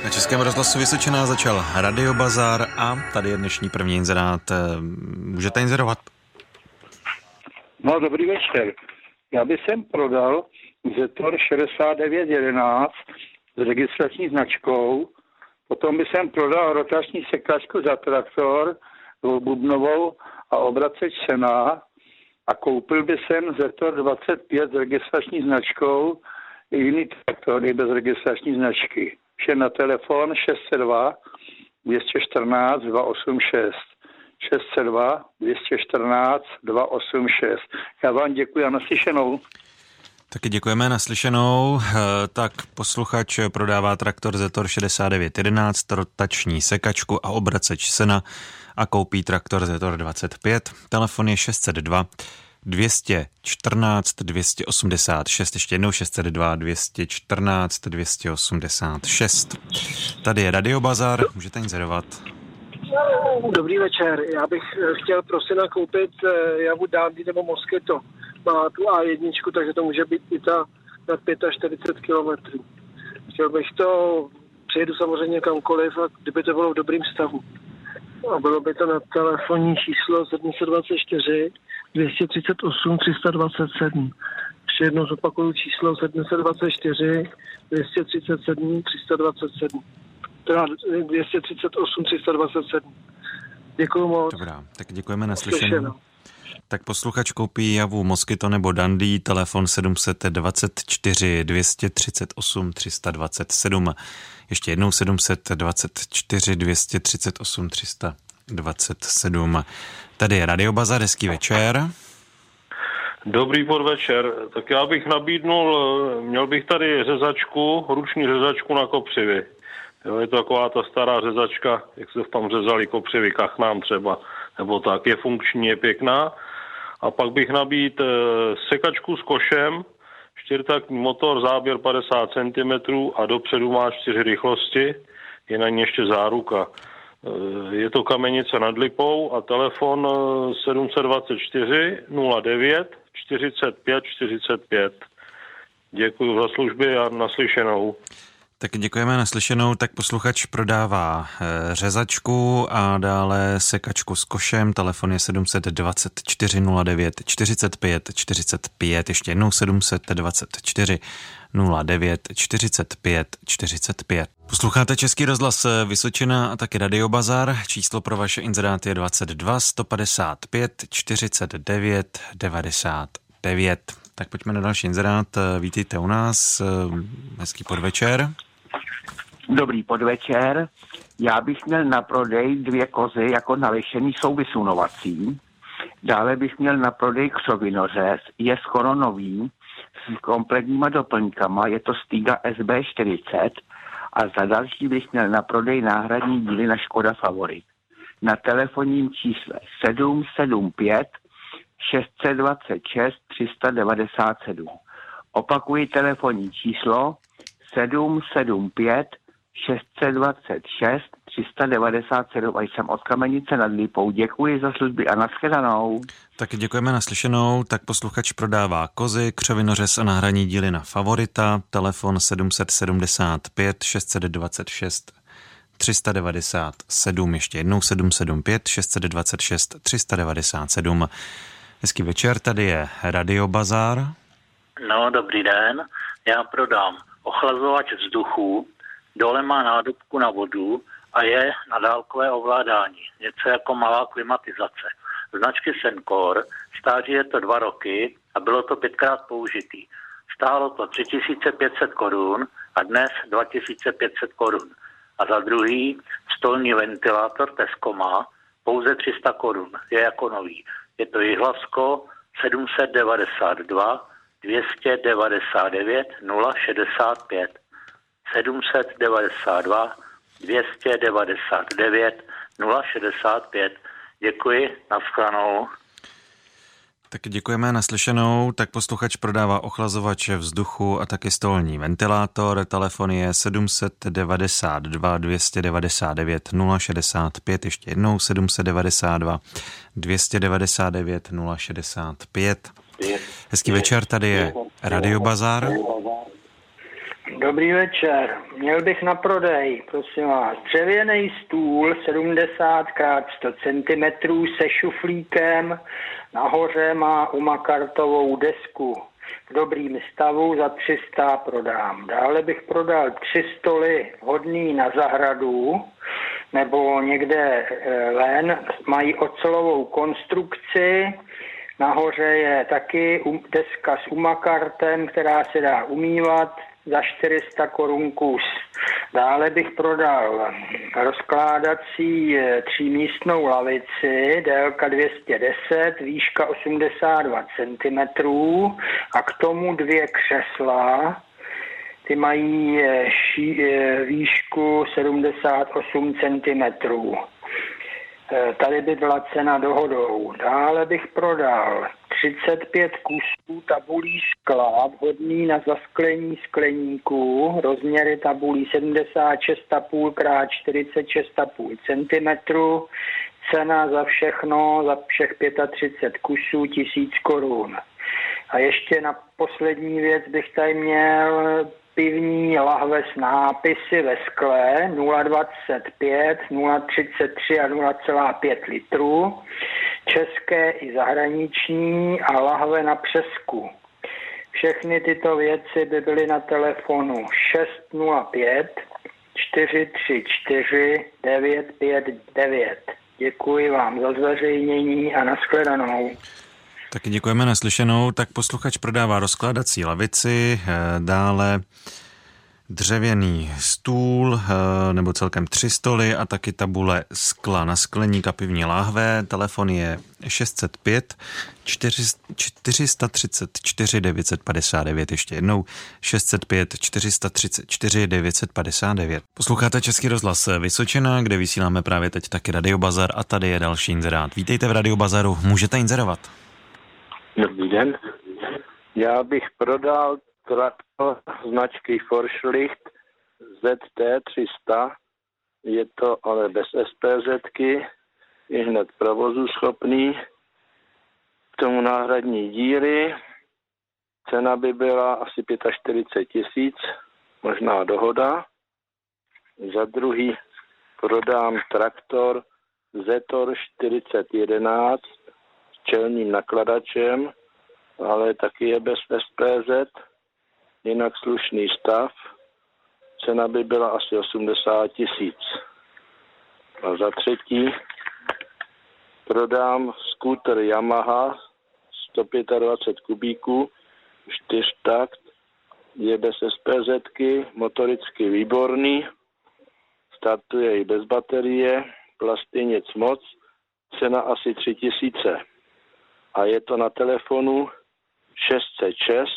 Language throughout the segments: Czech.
Na Českém rozhlasu Vysočina začal Radiobazar a tady je dnešní první inzerát. Můžete inzerovat? No, dobrý večer. Já bych sem prodal Zetor 6911 s registrační značkou, potom bych sem prodal rotační sekačku za traktor, dvoububnovou a obraceč Sena a koupil bych sem Zetor 25 s registrační značkou i jiný traktor bez registrační značky. Vše na telefon 602 214 286. 602 214 286. Já vám děkuji a naslyšenou. Taky děkujeme, naslyšenou. Tak posluchač prodává traktor Zetor 6911, rotační sekačku a obraceč Sena a koupí traktor Zetor 25. Telefon je 602 214 286, ještě jednou 602 214 286. Tady je Radiobazar, můžete inzerovat. Dobrý večer, já bych chtěl prosím nakoupit javu Dandy nebo Mosquito. Má tu A1, takže to může být i ta na 45 km. Chtěl bych to, přijedu samozřejmě kamkoliv, a kdyby to bylo v dobrým stavu. A bylo by to na telefonní číslo 724 238 327. Ještě jednou zopakuju číslo 724 237 327. Teda 238 327. Děkuju moc. Dobrá, tak děkujeme, naslyšenou. Tak posluchač koupí javu Mosquito nebo Dandy, telefon 724 238 327. Ještě jednou 724 238 327. Tady je Radiobazar, hezký večer. Dobrý podvečer. Tak já bych nabídnul, měl bych tady řezačku, ruční řezačku na kopřivy. Jo, je to taková ta stará řezačka, jak se tam řezali kopřivy, kachnám třeba, nebo tak, je funkční, je pěkná. A pak bych nabít sekačku s košem, čtyřtaktní motor, záběr 50 cm a dopředu má 4 rychlosti, je na ní ještě záruka. Je to Kamenice nad Lipou a telefon 724 09 45 45. Děkuji za služby a naslyšenou. Tak děkujeme, naslyšenou. Tak posluchač prodává řezačku a dále sekačku s košem. Telefon je 724 09 45 45. Ještě jednou 724 09 45 45. Posloucháte Český rozhlas Vysočina a taky Radiobazar. Číslo pro vaše inzeráty je 22 155 49 99. Tak pojďme na další inzerát. Vítejte u nás. Hezký podvečer. Dobrý podvečer. Já bych měl na prodej 2 kozy jako nališený, jsou vysunovací. Dále bych měl na prodej křovinořez, je skoro nový, s kompletníma doplňkama, je to Stiga SB40 a za další bych měl na prodej náhradní díly na Škoda Favorit. Na telefonním čísle 775 626 397. Opakuji telefonní číslo 775 626 397 a jsem od Kamenice nad Lipou. Děkuji za služby a nashledanou. Tak děkujeme, naslyšenou. Tak posluchač prodává kozy, křovinořez a náhradní díly na Favorita. Telefon 775 626 397. Ještě jednou 775 626 397. Hezký večer, tady je Radiobazar. No, dobrý den. Já prodám ochlazovač vzduchu, dole má nádobku na vodu a je na dálkové ovládání. Něco jako malá klimatizace. Značky Sencor, stáří je to 2 roky a bylo to 5krát použitý. Stálo to 3500 korun a dnes 2500 korun. A za druhý stolní ventilátor Tesco má pouze 300 korun. Je jako nový. Je to Jihlavsko 792 299 065. 792 299 065. Děkuji, nashledanou. Tak děkujeme, naslyšenou. Tak posluchač prodává ochlazovač vzduchu a taky stolní ventilátor. Telefon je 792 299 065. Ještě jednou 792 299 065. Hezký večer, tady je Radiobazar. Dobrý večer. Měl bych na prodej, prosím vás, dřevěný stůl 70x100 cm se šuflíkem, nahoře má umakartovou desku. V dobrým stavu za 300 prodám. Dále bych prodal 3 stoly hodný na zahradu nebo někde ven. Mají ocelovou konstrukci. Nahoře je taky deska s umakartem, která se dá umývat za 400 korun kus. Dále bych prodal rozkládací 3místnou lavici, délka 210, výška 82 cm a k tomu 2 křesla. Ty mají výšku 78 cm. Tady by byla cena dohodou. Dále bych prodal 35 kusů tabulí skla, vhodný na zasklení skleníku, rozměry tabulí 76,5 x 46,5 cm, cena za všechno, za všech 35 kusů 1000 korun. A ještě na poslední věc bych tady měl pivní lahve s nápisy ve skle 0,25, 0,33 a 0,5 litru, české i zahraniční a lahve na přesku. Všechny tyto věci by byly na telefonu 605 434 959. Děkuji vám za zveřejnění a nashledanou. Taky děkujeme, naslyšenou. Tak posluchač prodává rozkládací lavici, dále dřevěný stůl, nebo celkem 3 stoly a taky tabule skla na skleník a pivní láhve. Telefon je 605 434 959, ještě jednou 605 434 959. Posloucháte Český rozhlas Vysočina, kde vysíláme právě teď taky Radiobazar a tady je další inzerát. Vítejte v Radiobazaru, můžete inzerovat. Dobrý den. Já bych prodal traktor značky Forschlicht ZT300. Je to ale bez SPZky, je hned provozu schopný. K tomu náhradní díly. Cena by byla asi 45 000, možná dohoda. Za druhý prodám traktor Zetor 4011 s čelním nakladačem, ale taky je bez SPZ, jinak slušný stav. Cena by byla asi 80 000. A za třetí prodám skúter Yamaha 125 kubíků, 4takt, je bez SPZky, motoricky výborný, startuje i bez baterie, plasty nic moc, cena asi 3 000. A je to na telefonu 606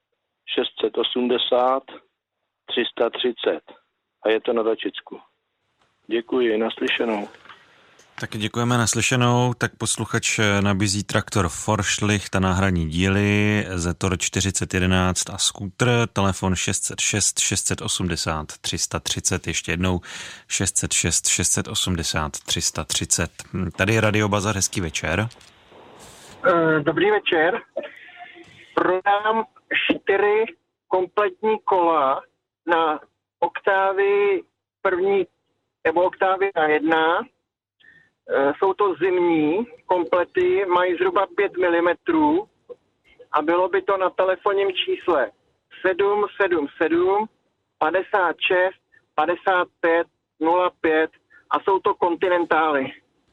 680 330 a je to na Dačicku. Děkuji, naslyšenou. Taky děkujeme, naslyšenou. Tak posluchač nabízí traktor Forschlicht a náhradní díly, Zetor 4011 a skútr, telefon 606 680 330, ještě jednou 606 680 330. Tady je Radiobazar, hezký večer. Dobrý večer. Prodám 4 kompletní kola na Oktávy první nebo Oktávy A1. Jsou to zimní komplety, mají zhruba 5 mm a bylo by to na telefonním čísle 777 56 55 05 a jsou to kontinentály.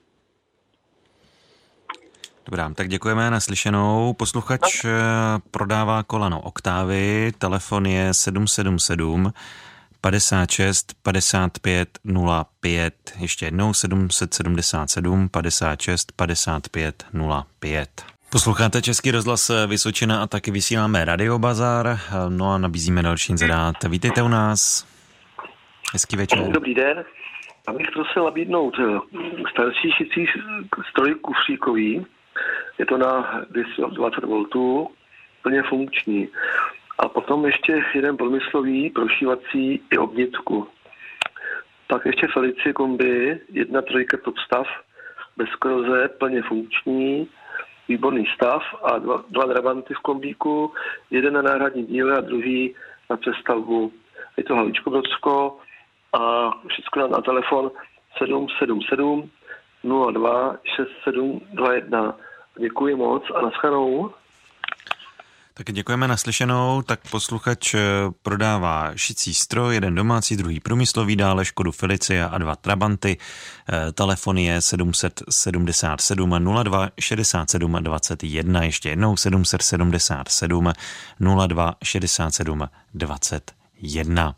Dobrá, tak děkujeme, naslyšenou. Posluchač prodává kolano Oktávy, telefon je 777 56 55 05, ještě jednou 777 56 55 05. Posloucháte Český rozhlas Vysočina a taky vysíláme Radiobazar, no a nabízíme další inzerát. Vítejte u nás. Hezký večer. Dobrý den. Abych prosil nabídnout starší šicí stroj kufříkový. Je to na 220 V, plně funkční. A potom ještě jeden průmyslový, prošívací i obnicku. Pak ještě Felicie kombi, 1.3 top stav, bez koroze, plně funkční, výborný stav a dva drabanty v kombíku, jeden na náhradní díle a druhý na přestavbu. je to Hlavičko Brodsko a všechno na telefon 777 02 6721. Děkuji moc a nashledanou. Tak děkujeme, naslyšenou. Tak posluchač prodává šicí stroj, jeden domácí, druhý průmyslový, dále Škodu Felicia a 2 Trabanty. Telefon je 777 02 67 21. Ještě jednou 777 02 67 21.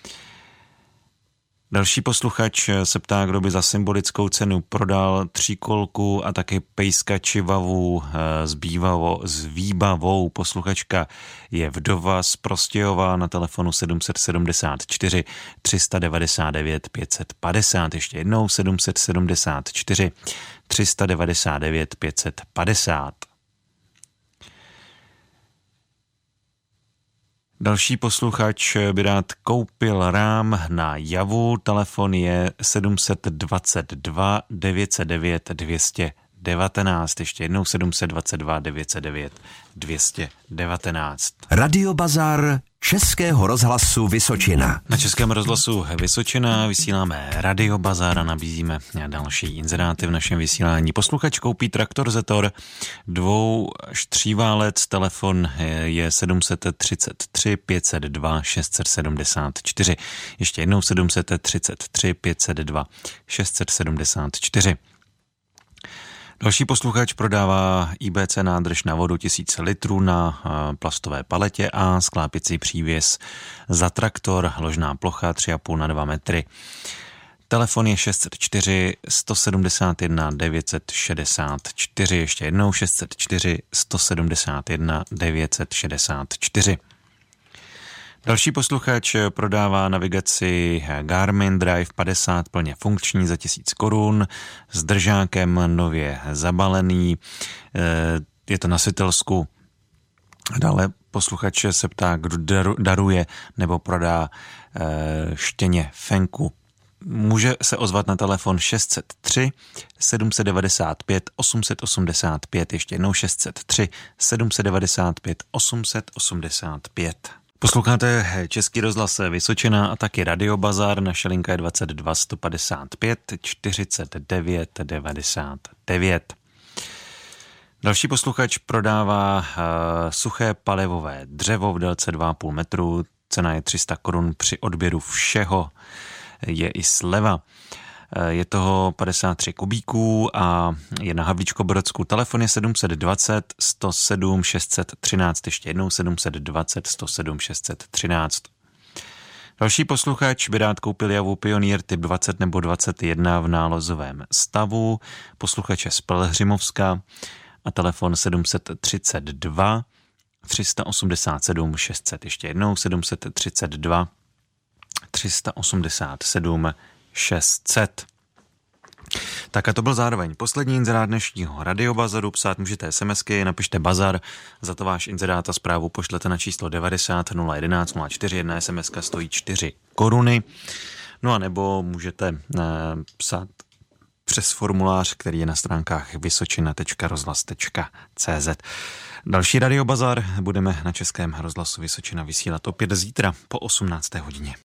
Další posluchač se ptá, kdo by za symbolickou cenu prodal 3kolku a taky pejska Čivavu s výbavou. Posluchačka je vdova z Prostějova na telefonu 774 399 550. Ještě jednou 774 399 550. Další posluchač by rád koupil rám na Javu, telefon je 722 909 219, ještě jednou 722 909 219. Radiobazar Českého rozhlasu Vysočina. Na Českém rozhlasu Vysočina vysíláme Radiobazar a nabízíme další inzeráty v našem vysílání. Posluchač koupí traktor Zetor 2 3válec, telefon je 733 502 674. Ještě jednou 733 502 674. Další posluchač prodává IBC nádrž na vodu 1000 litrů na plastové paletě a sklápěcí přívěs za traktor, ložná plocha 3,5 na 2 metry. Telefon je 604 171 964, ještě jednou 604 171 964. Další posluchač prodává navigaci Garmin Drive 50 plně funkční za 1000 korun s držákem nově zabalený. Je to na Světelsku. Dále posluchač se ptá, kdo daruje nebo prodá štěně Fenku. Může se ozvat na telefon 603 795 885, ještě jednou 603 795 885. Posloucháte Český rozhlas Vysočina a taky Radiobazar. Naše linka je 22 155 49 99. Další posluchač prodává suché palivové dřevo v délce 2,5 metru. Cena je 300 korun při odběru všeho. Je i sleva. Je toho 53 kubíků a je na Havlíčkobrodsku. Telefon je 720 107 613, ještě jednou 720 107 613. Další posluchač by rád koupil Javu Pionýr typ 20 nebo 21 v nálozovém stavu. Posluchač je z Pelhřimovska a telefon 732 387 600, ještě jednou 732 387 600. Tak a to byl zároveň poslední inzerát dnešního Radiobazaru. Psát můžete SMSky, napište bazar, za to váš inzerát a zprávu pošlete na číslo 90 011 041, SMSka stojí 4 koruny. No a nebo můžete psát přes formulář, který je na stránkách vysočina.rozhlas.cz. Další Radiobazar budeme na Českém rozhlasu Vysočina vysílat opět zítra po 18. hodině.